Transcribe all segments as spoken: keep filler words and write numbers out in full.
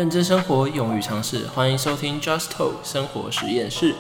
认真生活，勇于尝试。欢迎收听 Just Talk 生活实验室。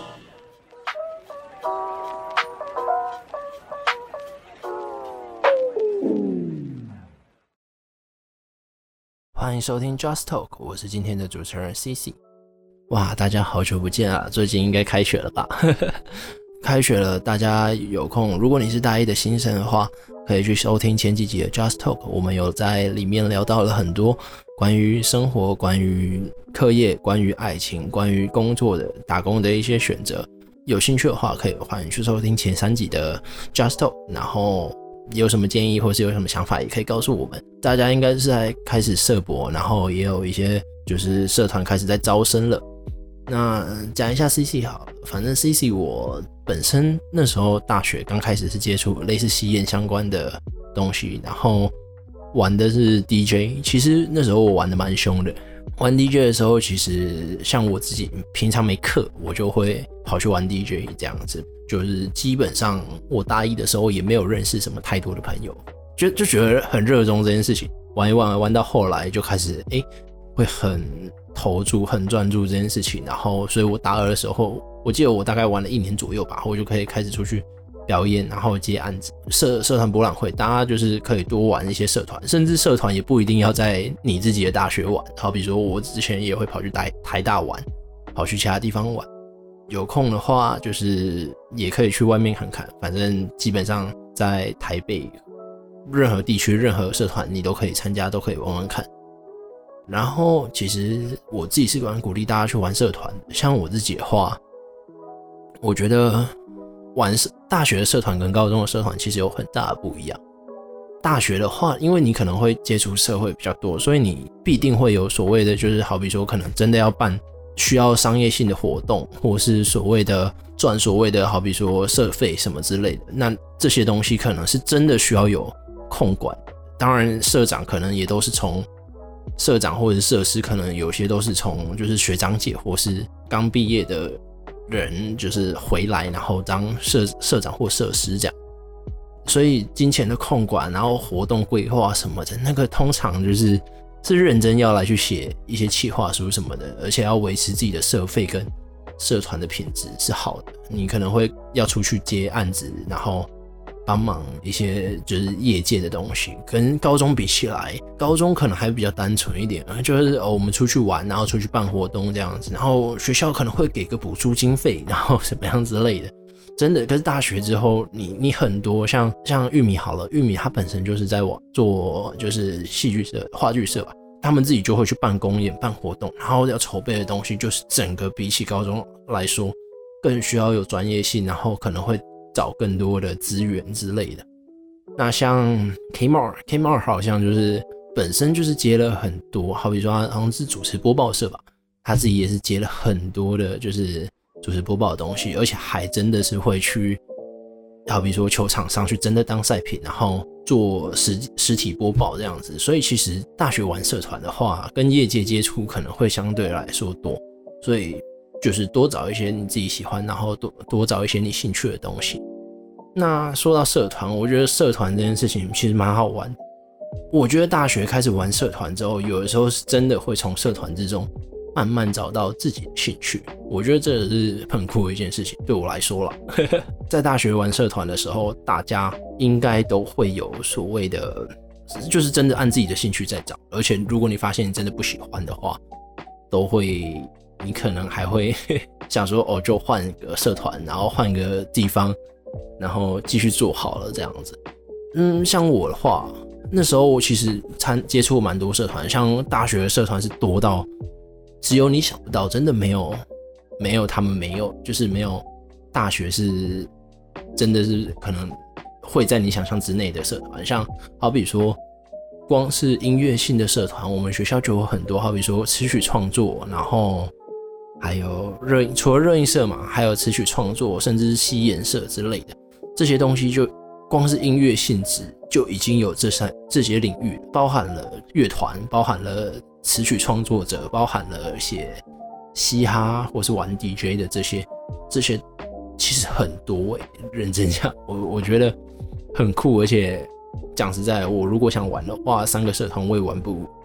欢迎收听 Just Talk， 我是今天的主持人 C C。哇，大家好久不见啊！最近应该开学了吧？开学了，大家有空，如果你是大一的新生的话，可以去收听前几集的 Just Talk， 我们有在里面聊到了很多关于生活、关于课业、关于爱情、关于工作的打工的一些选择。有兴趣的话，可以欢迎去收听前三集的 Just Talk， 然后有什么建议或是有什么想法，也可以告诉我们。大家应该是在开始社博，然后也有一些就是社团开始在招生了。那讲一下 C C 好了，反正 C C 我本身那时候大学刚开始是接触类似吸烟相关的东西，然后玩的是 D J。其实那时候我玩的蛮凶的，玩 D J 的时候，其实像我自己平常没课，我就会跑去玩 D J 这样子。就是基本上我大一的时候也没有认识什么太多的朋友，就就觉得很热衷这件事情，玩一玩玩到后来就开始哎、欸、会很投注、很专注这件事情。然后，所以我大二的时候，我记得我大概玩了一年左右吧，我就可以开始出去表演，然后接案子。社社团博览会，大家就是可以多玩一些社团，甚至社团也不一定要在你自己的大学玩。好比说，我之前也会跑去台台大玩，跑去其他地方玩。有空的话，就是也可以去外面看看。反正基本上在台北任何地区、任何社团，你都可以参加，都可以玩玩看。然后，其实我自己是蛮鼓励大家去玩社团的。像我自己的话，我觉得玩大学的社团跟高中的社团其实有很大的不一样。大学的话，因为你可能会接触社会比较多，所以你必定会有所谓的，就是好比说，可能真的要办需要商业性的活动，或是所谓的赚所谓的好比说社费什么之类的，那这些东西可能是真的需要有控管。当然，社长可能也都是从社长或者是社师，可能有些都是从就是学长姐或是刚毕业的人，就是回来然后当社社长或社师这样。所以金钱的控管，然后活动规划什么的，那个通常就是是认真要来去写一些企划书什么的，而且要维持自己的社费跟社团的品质是好的。你可能会要出去接案子，然后帮忙一些就是业界的东西，跟高中比起来，高中可能还比较单纯一点，就是哦我们出去玩，然后出去办活动这样子，然后学校可能会给个补助经费，然后什么样之类的。真的，可是大学之后，你你很多像像玉米好了，玉米它本身就是在做就是戏剧社、话剧社吧，他们自己就会去办公演、办活动，然后要筹备的东西就是整个比起高中来说更需要有专业性，然后可能会找更多的资源之类的。那像 Kmart，Kmart 好像就是本身就是接了很多，好比说他好像是主持播报社吧，他自己也是接了很多的，就是主持播报的东西，而且还真的是会去，好比说球场上去真的当赛品，然后做实实体播报这样子。所以其实大学玩社团的话，跟业界接触可能会相对来说多，所以就是多找一些你自己喜欢，然后 多, 多找一些你兴趣的东西。那说到社团，我觉得社团这件事情其实蛮好玩的。我觉得大学开始玩社团之后，有的时候是真的会从社团之中慢慢找到自己的兴趣，我觉得这是很酷的一件事情，对我来说啦。在大学玩社团的时候，大家应该都会有所谓的，就是真的按自己的兴趣在找，而且如果你发现你真的不喜欢的话，都会，你可能还会想说，哦，就换个社团，然后换个地方，然后继续做好了这样子。嗯，像我的话，那时候我其实参接触蛮多社团，像大学的社团是多到只有你想不到，真的没有没有他们没有，就是没有大学是真的是可能会在你想象之内的社团。像好比说光是音乐性的社团，我们学校就有很多，好比说词曲创作，然后还有热除了热音社嘛，还有词曲创作，甚至是戏演社之类的，这些东西就光是音乐性质就已经有这三这些领域，包含了乐团，包含了词曲创作者，包含了写嘻哈或是玩 D J 的这些，这些其实很多欸，认真讲，我我觉得很酷，而且讲实在，我如果想玩的话，三个社团我也玩不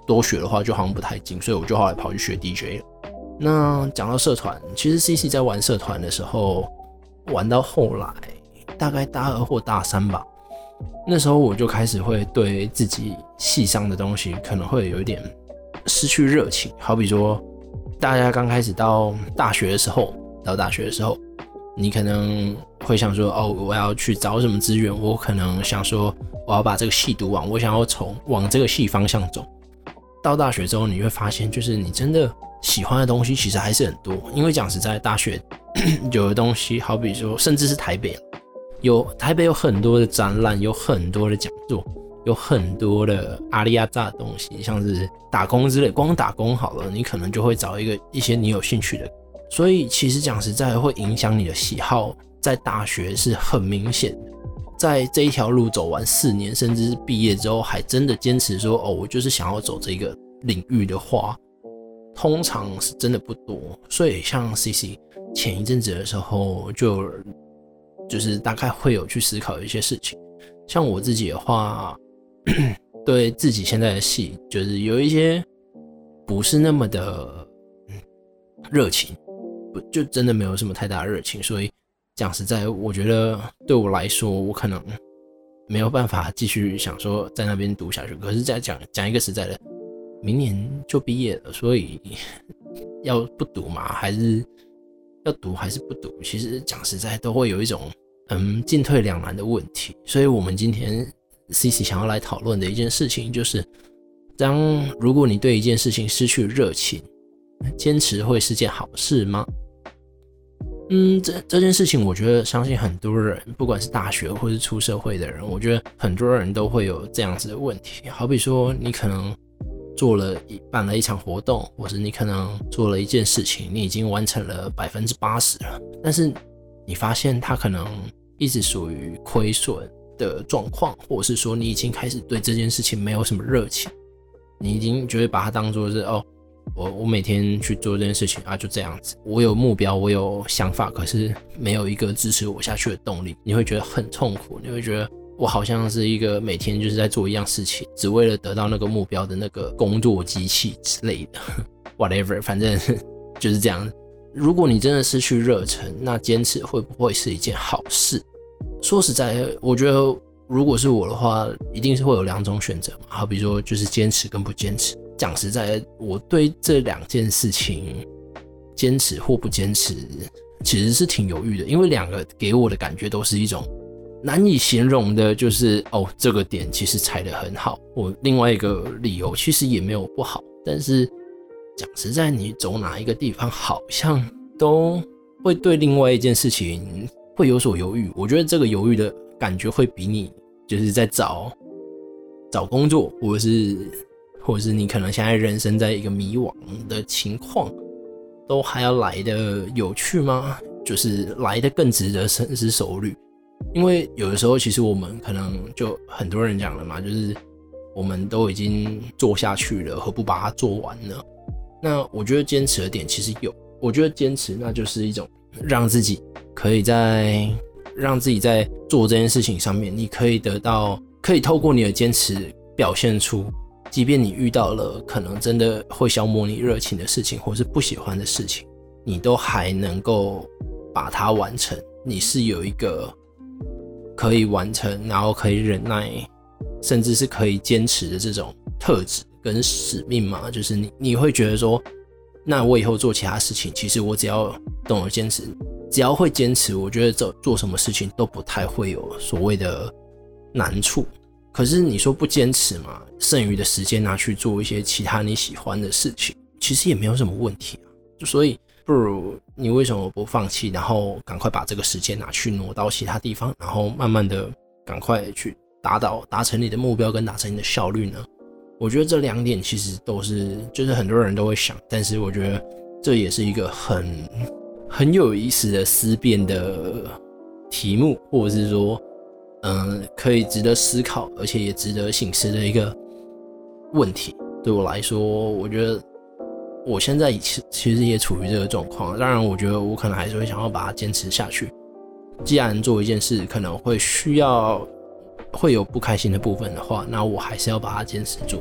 多学的话就好像不太精，所以我就后来跑去学 D J 了。那讲到社团，其实 C C 在玩社团的时候，玩到后来大概大二或大三吧，那时候我就开始会对自己系上的东西可能会有一点失去热情。好比说，大家刚开始到大学的时候，到大学的时候，你可能会想说，哦，我要去找什么资源？我可能想说，我要把这个系读完，我想要从往这个系方向走。到大学之后，你会发现，就是你真的喜欢的东西其实还是很多。因为讲实在，大学有的东西，好比说，甚至是台北，有台北有很多的展览，有很多的讲座，有很多的阿里阿扎的东西，像是打工之类。光打工好了，你可能就会找一个一些你有兴趣的。所以其实讲实在，会影响你的喜好，在大学是很明显的。在这一条路走完四年，甚至是毕业之后，还真的坚持说，哦，我就是想要走这个领域的话，通常是真的不多。所以像 C C 前一阵子的时候，就就是大概会有去思考一些事情。像我自己的话，对自己现在的系，就是有一些不是那么的热情，就真的没有什么太大的热情。所以讲实在，我觉得对我来说，我可能没有办法继续想说在那边读下去。可是再讲讲一个实在的，明年就毕业了，所以要不读嘛，还是要读还是不读？其实讲实在都会有一种嗯进退两难的问题。所以我们今天 C C 想要来讨论的一件事情，就是当如果你对一件事情失去热情，坚持会是件好事吗？嗯，这这件事情，我觉得相信很多人，不管是大学或是出社会的人，我觉得很多人都会有这样子的问题。好比说，你可能做了办了一场活动，或是你可能做了一件事情，你已经完成了百分之八十了，但是你发现它可能一直属于亏损的状况，或者是说你已经开始对这件事情没有什么热情，你已经觉得把它当作是哦。我我每天去做这件事情啊，就这样子。我有目标，我有想法，可是没有一个支持我下去的动力，你会觉得很痛苦。你会觉得我好像是一个每天就是在做一样事情，只为了得到那个目标的那个工作机器之类的 ，whatever， 反正就是这样。如果你真的失去热忱，那坚持会不会是一件好事？说实在，我觉得如果是我的话，一定是会有两种选择嘛。好比说，就是坚持跟不坚持。讲实在，我对这两件事情坚持或不坚持其实是挺犹豫的，因为两个给我的感觉都是一种难以形容的，就是哦，这个点其实踩得很好，我另外一个理由其实也没有不好，但是讲实在，你走哪一个地方好像都会对另外一件事情会有所犹豫。我觉得这个犹豫的感觉会比你就是在找找工作，或者是或者是你可能现在人生在一个迷惘的情况，都还要来的有趣吗？就是来的更值得深思熟虑。因为有的时候其实我们可能就很多人讲了嘛，就是我们都已经做下去了，何不把它做完呢？那我觉得坚持的点其实有，我觉得坚持那就是一种让自己可以在让自己在做这件事情上面，你可以得到可以透过你的坚持表现出，即便你遇到了可能真的会消磨你热情的事情，或是不喜欢的事情，你都还能够把它完成。你是有一个可以完成，然后可以忍耐，甚至是可以坚持的这种特质跟使命嘛。就是你你会觉得说，那我以后做其他事情，其实我只要懂得坚持，只要会坚持，我觉得做做什么事情都不太会有所谓的难处。可是你说不坚持嘛，剩余的时间拿去做一些其他你喜欢的事情，其实也没有什么问题啊。所以不如你为什么不放弃，然后赶快把这个时间拿去挪到其他地方，然后慢慢的赶快去达到达成你的目标跟达成你的效率呢？我觉得这两点其实都是就是很多人都会想，但是我觉得这也是一个很很有意思的思辨的题目，或者是说嗯，可以值得思考，而且也值得省思的一个问题。对我来说，我觉得我现在其实也处于这个状况。当然，我觉得我可能还是会想要把它坚持下去。既然做一件事可能会需要会有不开心的部分的话，那我还是要把它坚持住。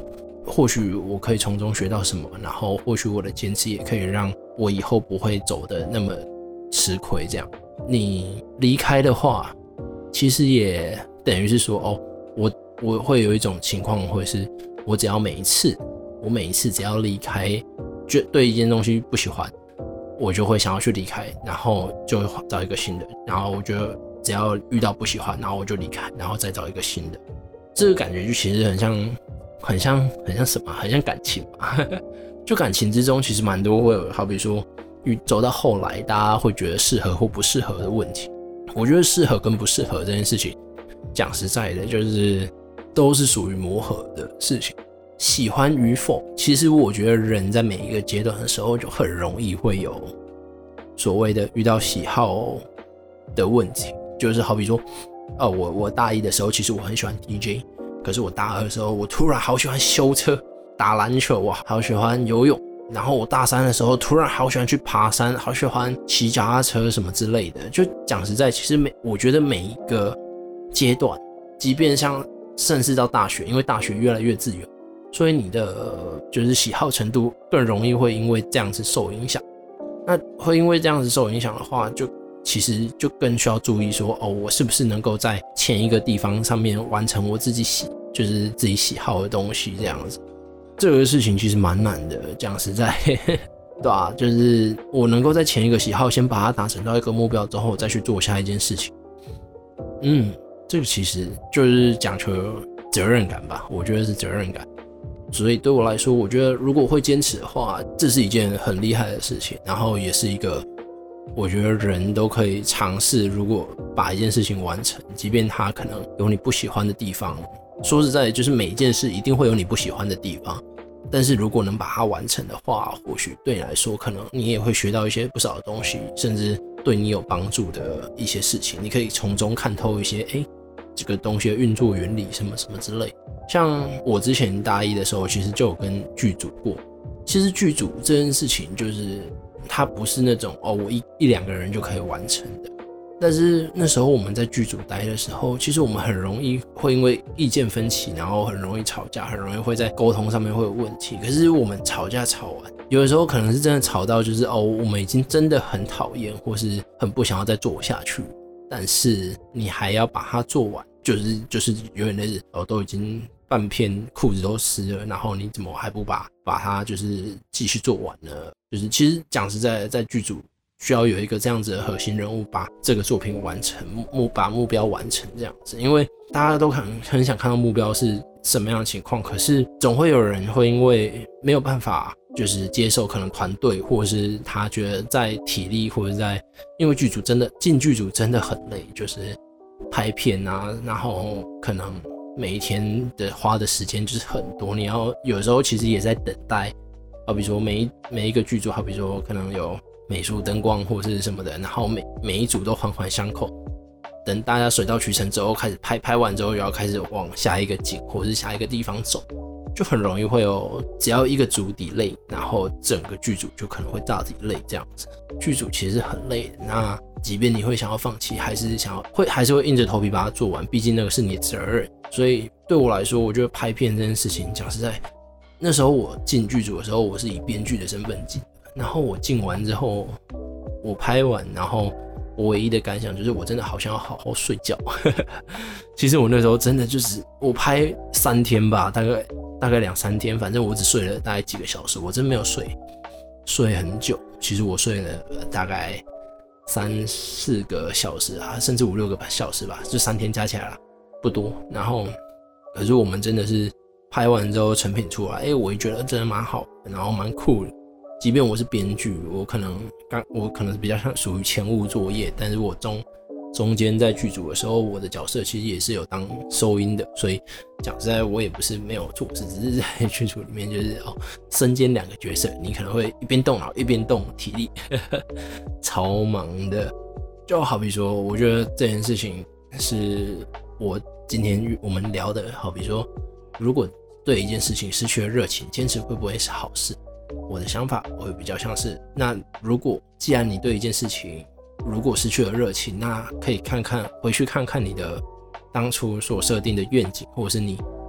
或许我可以从中学到什么，然后或许我的坚持也可以让我以后不会走的那么吃亏。这样，你离开的话，其实也等于是说，哦，我我会有一种情况，会是我只要每一次，我每一次只要离开，就对一件东西不喜欢，我就会想要去离开，然后就会找一个新的，然后我觉得只要遇到不喜欢，然后我就离开，然后再找一个新的。这个感觉就其实很像，很像，很像什么？很像感情嘛。就感情之中，其实蛮多会有，好比说，走到后来，大家会觉得适合或不适合的问题。我觉得适合跟不适合这件事情，讲实在的，就是都是属于磨合的事情。喜欢与否，其实我觉得人在每一个阶段的时候，就很容易会有所谓的遇到喜好的问题，就是好比说。哦，我我大一的时候，其实我很喜欢 D J， 可是我大二的时候，我突然好喜欢修车、打篮球，我好喜欢游泳。然后我大三的时候，突然好喜欢去爬山，好喜欢骑脚踏车什么之类的。就讲实在，其实每我觉得每一个阶段，即便像甚至到大学，因为大学越来越自由，所以你的就是喜好程度更容易会因为这样子受影响。那会因为这样子受影响的话，就其实就更需要注意说，哦，我是不是能够在前一个地方上面完成我自己喜，就是自己喜好的东西这样子。这个事情其实蛮难的，讲实在，对啊，就是我能够在前一个喜好先把它达成到一个目标之后，再去做下一件事情。嗯，这个其实就是讲求责任感吧，我觉得是责任感。所以对我来说，我觉得如果会坚持的话，这是一件很厉害的事情，然后也是一个。我觉得人都可以尝试，如果把一件事情完成，即便它可能有你不喜欢的地方，说实在的，就是每一件事一定会有你不喜欢的地方，但是如果能把它完成的话，或许对你来说，可能你也会学到一些不少的东西，甚至对你有帮助的一些事情，你可以从中看透一些，诶，这个东西的运作原理什么什么之类。像我之前大一的时候，其实就有跟剧组过，其实剧组这件事情就是它不是那种哦，我一一两个人就可以完成的。但是那时候我们在剧组待的时候，其实我们很容易会因为意见分歧，然后很容易吵架，很容易会在沟通上面会有问题。可是我们吵架吵完，有的时候可能是真的吵到就是哦，我们已经真的很讨厌，或是很不想要再做下去，但是你还要把它做完，就是就是有点类似哦，都已经半片裤子都湿了，然后你怎么还不把把它就是继续做完呢？就是其实讲实在的，在剧组需要有一个这样子的核心人物，把这个作品完成，目把目标完成这样子。因为大家都很很想看到目标是什么样的情况，可是总会有人会因为没有办法就是接受可能团队，或者是他觉得在体力或者在，因为剧组真的进剧组真的很累，就是拍片啊，然后可能每一天的花的时间就是很多，你要有时候其实也在等待，好比说每一每一个剧组，好比说可能有美术、灯光或者是什么的，然后每每一组都环环相扣，等大家水到渠成之后开始拍，拍完之后又要开始往下一个景或者是下一个地方走，就很容易会有只要一个组delay，然后整个剧组就可能会大delay这样子。剧组其实很累的，那即便你会想要放弃，还是想要会还是会硬着头皮把它做完，毕竟那个是你的责任。所以对我来说，我觉得拍片这件事情，讲实在，那时候我进剧组的时候，我是以编剧的身份进的，然后我进完之后，我拍完，然后我唯一的感想就是我真的好想要好好睡觉。其实我那时候真的就是我拍三天吧，大概大概两三天，反正我只睡了大概几个小时，我真没有睡睡很久。其实我睡了大概三四个小时啊，甚至五六个小时吧，就三天加起来啦，不多。然后可是我们真的是拍完之后成品出来，哎、欸，我也觉得真的蛮好的，然后蛮酷的。即便我是编剧，我可能刚我可能是比较像属于前务作业，但是我中中间在剧组的时候，我的角色其实也是有当收音的，所以讲实在，我也不是没有做事，只是在剧组里面就是哦，身兼两个角色，你可能会一边动脑一边动体力，超忙的。就好比说，我觉得这件事情是我今天我们聊的，好比说，如果对一件事情失去了热情，坚持会不会是好事？我的想法会比较像是，那如果既然你对一件事情如果失去了热情，那可以看看回去看看你的当初所设定的愿景，或者是你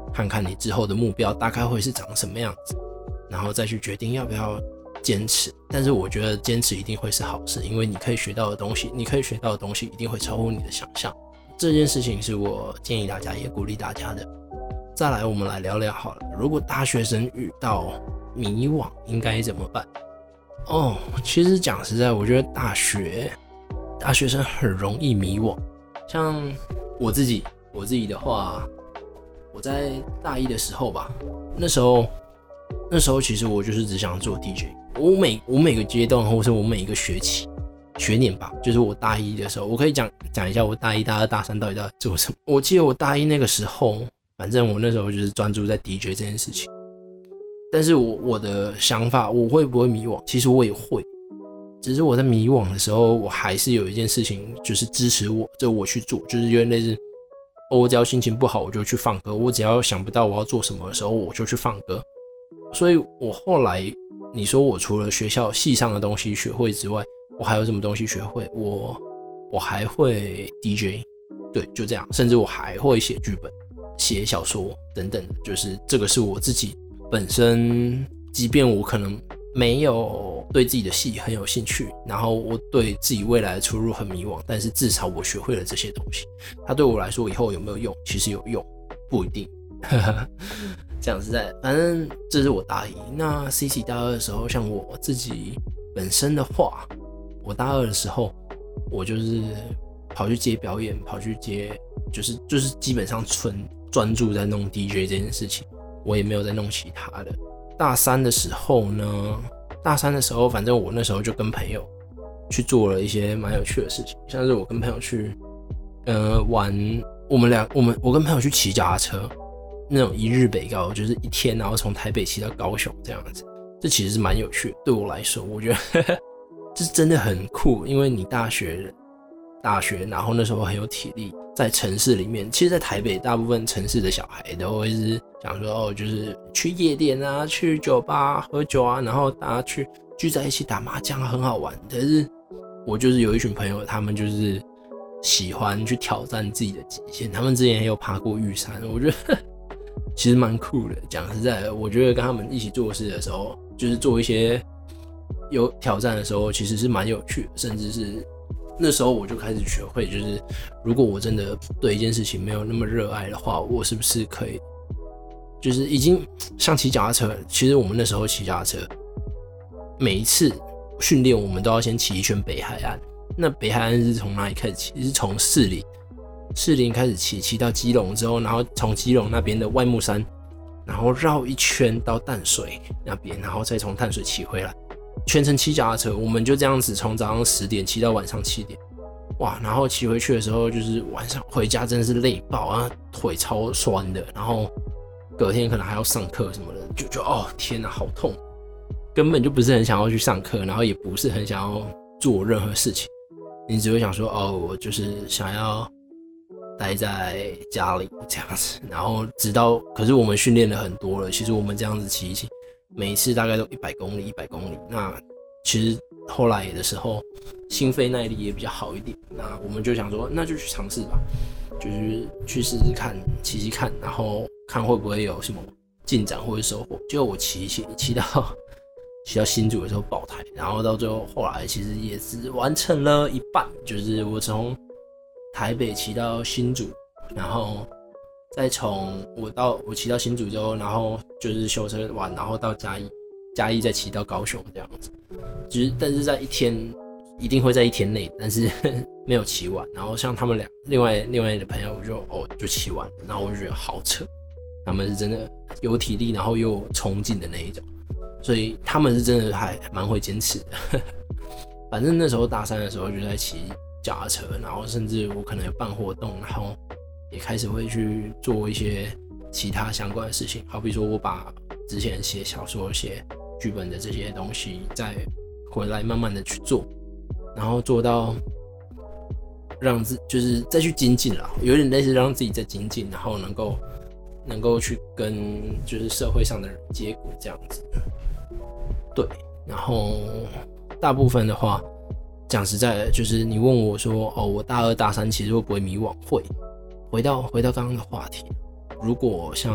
看看你之后的目标大概会是长什么样子，然后再去决定要不要坚持。但是我觉得坚持一定会是好事，因为你可以学到的东西，你可以学到的东西一定会超乎你的想象。这件事情是我建议大家也鼓励大家的。再来，我们来聊聊好了，如果大学生遇到迷惘应该怎么办？哦，其实讲实在，我觉得大学大学生很容易迷惘。像我自己，我自己的话，我在大一的时候吧，那时候那时候其实我就是只想做 D J。我每我每个阶段，或是我每一个学期学年吧，就是我大一的时候，我可以讲讲一下我大一、大二、大三到底在做什么。我记得我大一那个时候，反正我那时候就是专注在 D J 这件事情。但是我我的想法，我会不会迷惘？其实我也会，只是我在迷惘的时候，我还是有一件事情就是支持我，就我去做，就是有点类似，哦，我只要心情不好，我就去放歌；我只要想不到我要做什么的时候，我就去放歌。所以我后来，你说我除了学校系上的东西学会之外，我还有什么东西学会？我我还会 D J， 对，就这样，甚至我还会写剧本、写小说等等的，就是这个是我自己本身，即便我可能没有对自己的系很有兴趣，然后我对自己未来的出路很迷惘，但是至少我学会了这些东西。它对我来说以后有没有用？其实有用，不一定。这样是在，反正这是我大一。那 C C 大二的时候，像我自己本身的话，我大二的时候，我就是跑去接表演，跑去接，就是就是基本上纯专注在弄 D J 这件事情，我也没有在弄其他的。大三的时候呢，大三的时候，反正我那时候就跟朋友去做了一些蛮有趣的事情，像是我跟朋友去，呃，玩，我们俩，我们我跟朋友去骑脚踏车，那种一日北高，就是一天，然后从台北骑到高雄这样子，这其实是蛮有趣的。对我来说，我觉得呵呵这真的很酷，因为你大学，大学，然后那时候很有体力，在城市里面，其实，在台北大部分城市的小孩都会是想说，哦，就是去夜店啊，去酒吧喝酒啊，然后大家去聚在一起打麻将，很好玩。但是我就是有一群朋友，他们就是喜欢去挑战自己的极限，他们之前也有爬过玉山，我觉得其实蛮酷的。讲实在的，我觉得跟他们一起做事的时候，就是做一些有挑战的时候，其实是蛮有趣的，甚至是那时候我就开始学会，就是如果我真的对一件事情没有那么热爱的话，我是不是可以，就是已经像骑脚踏车，其实我们那时候骑脚踏车，每一次训练我们都要先骑一圈北海岸。那北海岸是从哪里开始骑？是从士林，士林开始骑，骑到基隆之后，然后从基隆那边的外木山，然后绕一圈到淡水那边，然后再从淡水骑回来。全程骑脚踏车，我们就这样子从早上十点骑到晚上七点，哇！然后骑回去的时候，就是晚上回家真的是累爆啊，腿超酸的，然后隔天可能还要上课什么的，就就哦天哪，好痛，根本就不是很想要去上课，然后也不是很想要做任何事情，你只会想说哦，我就是想要待在家里这样子，然后直到，可是我们训练了很多了，其实我们这样子骑一骑。每一次大概都一百公里一百公里，那其实后来的时候心肺耐力也比较好一点，那我们就想说那就去尝试吧，就是去试试看，骑骑看，然后看会不会有什么进展或者收获。结果我骑一骑骑到骑到新竹的时候爆胎，然后到最后后来其实也是完成了一半，就是我从台北骑到新竹，然后再从我到我骑到新竹之后，然后就是修车完，然后到嘉义，嘉义再骑到高雄这样子。就是但是在一天一定会在一天内，但是没有骑完。然后像他们俩，另外另外的朋友就哦就骑完了，然后我就觉得好扯，他们是真的有体力，然后又有冲劲的那一种，所以他们是真的还蛮会坚持的。反正那时候大三的时候就在骑脚踏车，然后甚至我可能有办活动，然后也开始会去做一些其他相关的事情，好比说我把之前写小说、写剧本的这些东西再回来慢慢的去做，然后做到让自就是再去精进啦，有点类似让自己再精进，然后能够能够去跟就是社会上的人接轨这样子。对，然后大部分的话，讲实在的，就是你问我说，哦，我大二大三其实会不会迷惘？会。回到回到刚刚的话题，如果像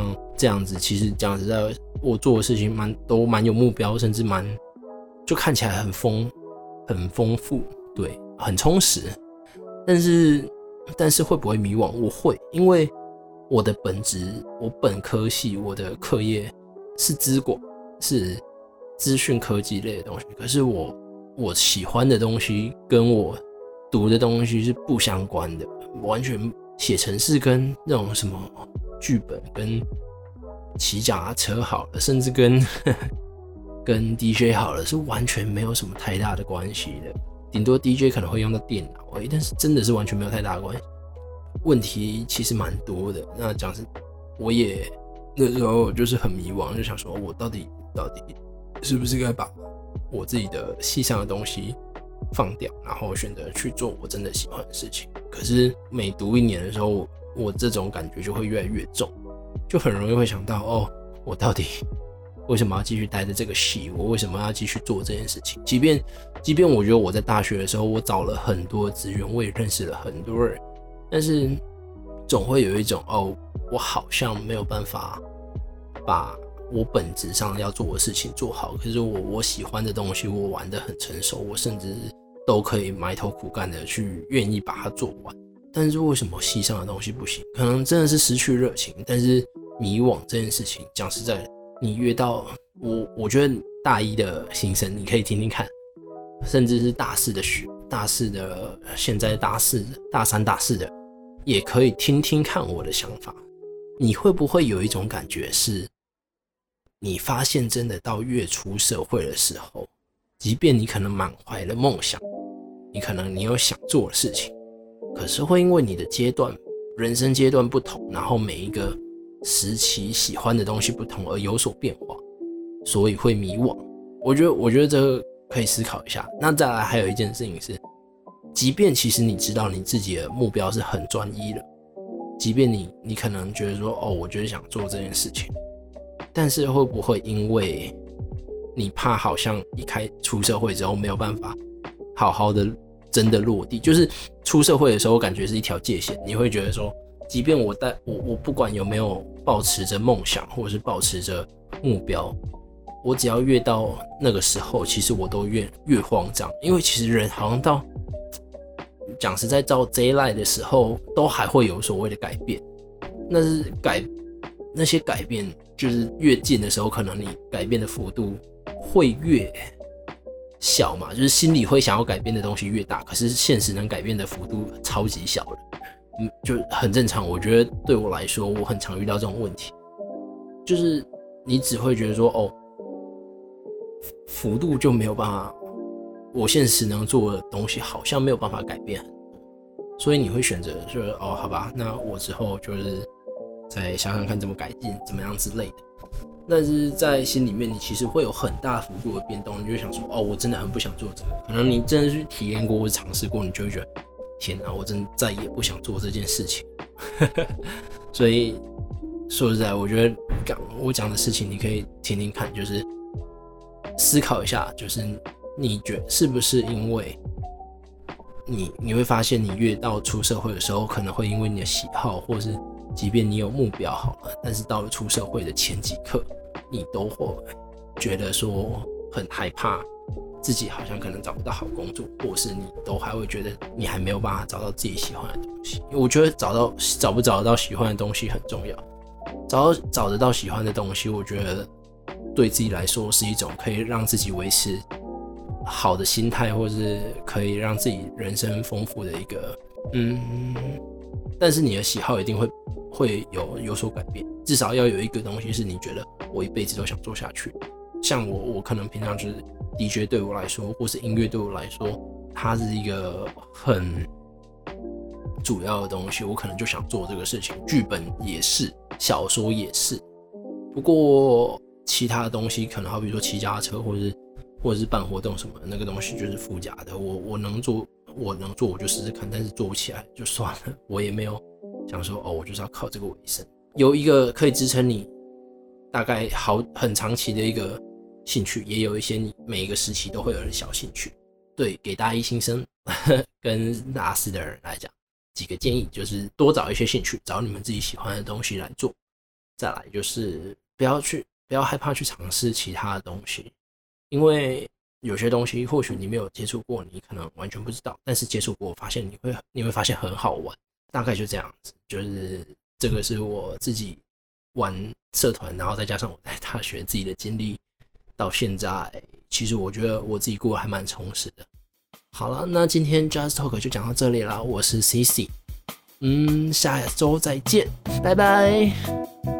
这样子，其实讲实在，我做的事情蛮都蛮有目标，甚至蛮就看起来很丰很丰富，对，很充实。但是但是会不会迷惘？我会，因为我的本职，我本科系，我的课业是资管，是资讯科技类的东西，可是我我喜欢的东西跟我读的东西是不相关的，完全写程式跟那种什么剧本跟骑脚踏车好了，甚至跟跟 D J 好了，是完全没有什么太大的关系的。顶多 D J 可能会用到电脑而已，但是真的是完全没有太大的关系。问题其实蛮多的。那讲是，我也那时候就是很迷惘，就想说，我到底到底是不是该把我自己的系上的东西放掉，然后选择去做我真的喜欢的事情。可是每读一年的时候，我这种感觉就会越来越重，就很容易会想到，哦，我到底为什么要继续待在这个系？我为什么要继续做这件事情？即便即便我觉得我在大学的时候，我找了很多资源，我也认识了很多人，但是总会有一种，哦，我好像没有办法把我本质上要做的事情做好。可是我我喜欢的东西，我玩得很成熟，我甚至都可以埋头苦干的去愿意把它做完。但是为什么系上的东西不行？可能真的是失去热情，但是迷惘这件事情，讲实在的，你约到我，我觉得大一的新生你可以听听看，甚至是大四的学，大四的现在大四、大三、大四的，也可以听听看我的想法。你会不会有一种感觉是，你发现真的到越出社会的时候，即便你可能满怀了梦想，你可能你有想做的事情，可是会因为你的阶段、人生阶段不同，然后每一个时期喜欢的东西不同而有所变化，所以会迷惘。我觉得，我觉得这个可以思考一下。那再来还有一件事情是，即便其实你知道你自己的目标是很专一的，即便你你可能觉得说，哦，我就是想做这件事情，但是会不会因为你怕好像一开出社会之后没有办法好好的真的落地，就是出社会的时候感觉是一条界限，你会觉得说，即便我带我我不管有没有抱持着梦想或者是抱持着目标，我只要越到那个时候，其实我都越越慌张，因为其实人好像到讲实在到这一代的时候，都还会有所谓的改变，那是改那些改变就是越近的时候，可能你改变的幅度会越小嘛，就是心里会想要改变的东西越大，可是现实能改变的幅度超级小了，嗯，就很正常。我觉得对我来说，我很常遇到这种问题，就是你只会觉得说，哦，幅度就没有办法，我现实能做的东西好像没有办法改变很多，所以你会选择就是哦，好吧，那我之后就是再想想看怎么改进，怎么样之类的。但是在心里面，你其实会有很大幅度的变动，你就会想说，哦，我真的很不想做这个。可能你真的去体验过或者尝试过，你就会觉得，天哪，我真的再也不想做这件事情。所以说实在，我觉得我讲的事情，你可以听听看，就是思考一下，就是你觉得是不是因为你你会发现，你越到出社会的时候，可能会因为你的喜好，或是即便你有目标好了，但是到了出社会的前几刻，你都会觉得说很害怕，自己好像可能找不到好工作，或是你都还会觉得你还没有办法找到自己喜欢的东西。因为我觉得找到找不找得到喜欢的东西很重要，找到找得到喜欢的东西，我觉得对自己来说是一种可以让自己维持好的心态，或是可以让自己人生丰富的一个嗯，但是你的喜好一定会会有有所改变，至少要有一个东西是你觉得我一辈子都想做下去。像我，我可能平常就是 D J 对我来说，或是音乐对我来说，它是一个很主要的东西，我可能就想做这个事情。剧本也是，小说也是。不过其他的东西，可能好比说骑脚踏车，或者是或者是办活动什么的，那个东西就是附加的。我我能做，我能做我就试试看，但是做不起来就算了。我也没有想说哦，我就是要靠这个为生。有一个可以支撑你大概好很长期的一个兴趣，也有一些你每一个时期都会有的小兴趣。对，给大一新生跟大四的人来讲，几个建议就是多找一些兴趣，找你们自己喜欢的东西来做。 再来就是不要去不要害怕去尝试其他的东西，因为有些东西或许你没有接触过，你可能完全不知道，但是接触过，发现你会你会发现很好玩，大概就这样子。就是这个是我自己玩社团，然后再加上我在大学自己的经历，到现在其实我觉得我自己过得还蛮充实的。好了，那今天 Just Talk 就讲到这里啦，我是 C C， 嗯，下周再见，拜拜。